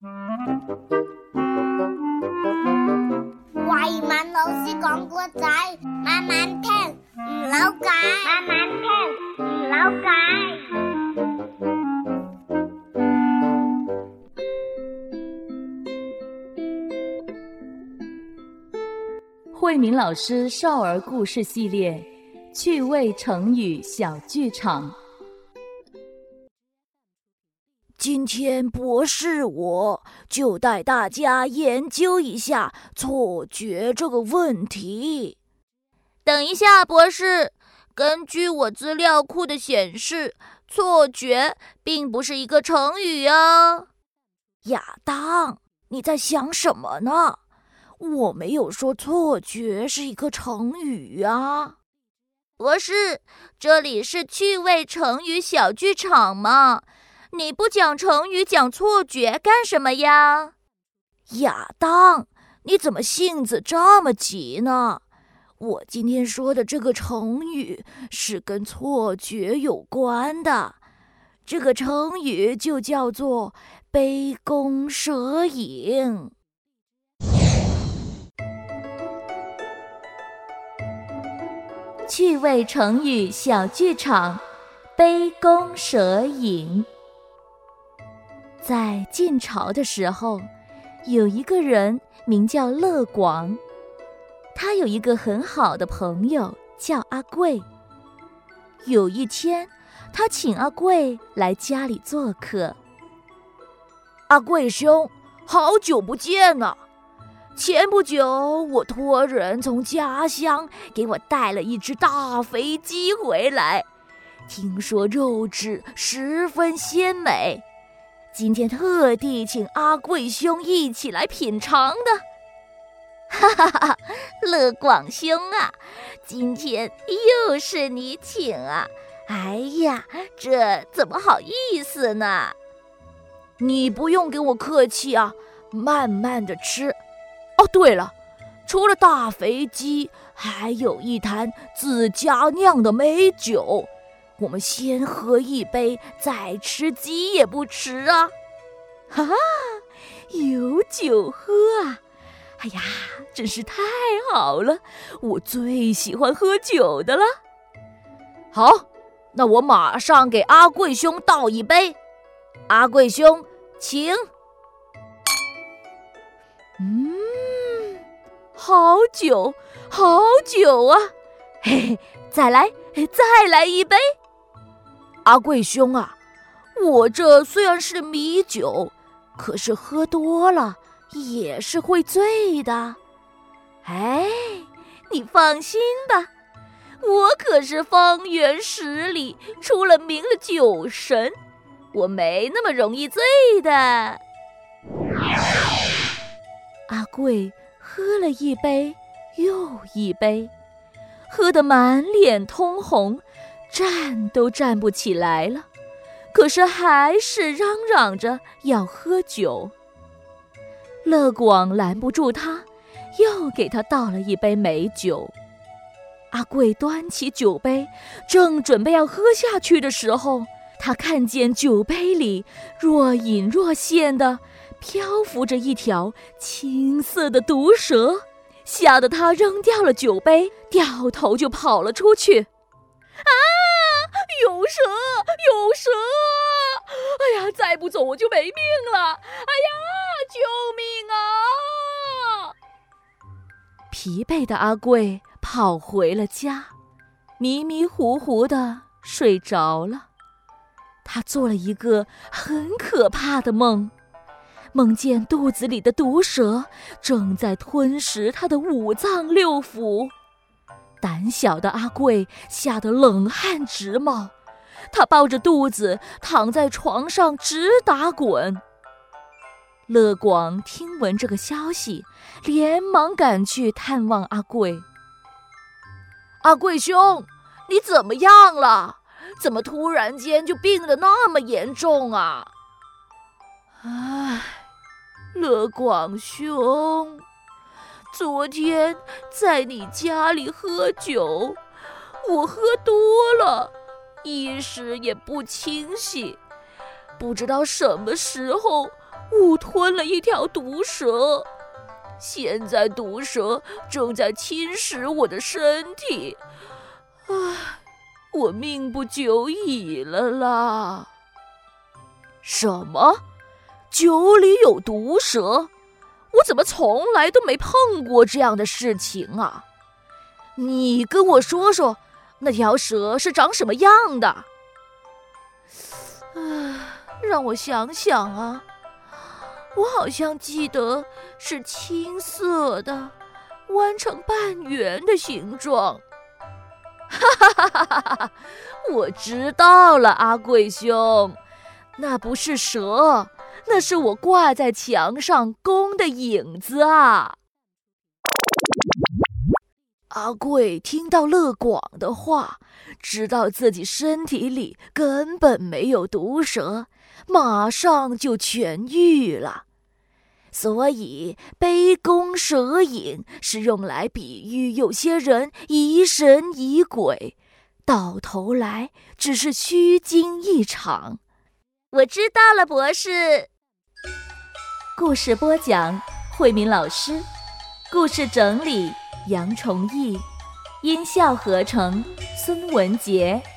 慧敏老師講故仔，慢慢聽，唔扭計。慢慢聽，唔扭計。 慧敏老师少儿故事系列趣味成语小剧场。 今天博士我就带大家研究一下错觉这个问题。 等一下，博士，根据我资料库的显示，错觉并不是一个成语啊。 亚当，你在想什么呢？我没有说错觉是一个成语啊。 博士，这里是趣味成语小剧场嘛，你不讲成语讲错觉干什么呀？ 亚当，你怎么性子这么急呢？我今天说的这个成语是跟错觉有关的，这个成语就叫做杯弓蛇影。 趣味成语小剧场，杯弓蛇影。在晋朝的时候，有一个人名叫乐广，他有一个很好的朋友叫阿贵。有一天，他请阿贵来家里做客。 阿贵兄，好久不见了。前不久，我托人从家乡给我带了一只大肥鸡回来，听说肉质十分鲜美，今天特地请阿贵兄一起来品尝的。 哈哈哈，乐广兄啊，今天又是你请啊！哎呀，这怎么好意思呢？ 你不用给我客气啊，慢慢的吃。哦，对了，除了大肥鸡，还有一坛自家酿的美酒，我们先喝一杯，再吃鸡也不迟啊！ 哈哈，有酒喝啊！哎呀，真是太好了，我最喜欢喝酒的了。 好，那我马上给阿贵兄倒一杯。阿贵兄，请。 好酒，好酒啊！嘿嘿，再来一杯。 阿贵兄啊，我这虽然是米酒，可是喝多了也是会醉的。 哎，你放心吧，我可是方圆10里出了名的酒神，我没那么容易醉的。 阿贵喝了一杯又一杯，喝得满脸通红，站都站不起来了，可是还是嚷嚷着要喝酒。乐广拦不住他，又给他倒了一杯美酒。阿贵端起酒杯，正准备要喝下去的时候，他看见酒杯里若隐若现的漂浮着一条青色的毒蛇，吓得他扔掉了酒杯，掉头就跑了出去。 啊！有蛇！有蛇！哎呀，再不走我就没命了！哎呀，救命啊！ 疲惫的阿贵跑回了家，迷迷糊糊地睡着了。他做了一个很可怕的梦，梦见肚子里的毒蛇正在吞食他的5脏6腑。胆小的阿贵吓得冷汗直冒，他抱着肚子躺在床上直打滚。乐广听闻这个消息，连忙赶去探望阿贵。 阿贵兄，你怎么样了？怎么突然间就病得那么严重啊？ 唉，乐广兄，昨天在你家里喝酒，我喝多了，意识也不清晰，不知道什么时候误吞了一条毒蛇，现在毒蛇正在侵蚀我的身体，我命不久矣了啦！什么？酒里有毒蛇？我怎么从来都没碰过这样的事情啊？你跟我说说，那条蛇是长什么样的？让我想想啊，我好像记得是青色的，弯成半圆的形状。我知道了，阿贵兄，那不是蛇，那是我挂在墙上弓的影子啊。阿贵听到乐广的话，知道自己身体里根本没有毒蛇，马上就痊愈了。所以杯弓蛇影是用来比喻有些人疑神疑鬼，到头来只是虚惊一场。 我知道了，博士。 故事播讲慧敏老师，故事整理杨崇义，音效合成孙文杰。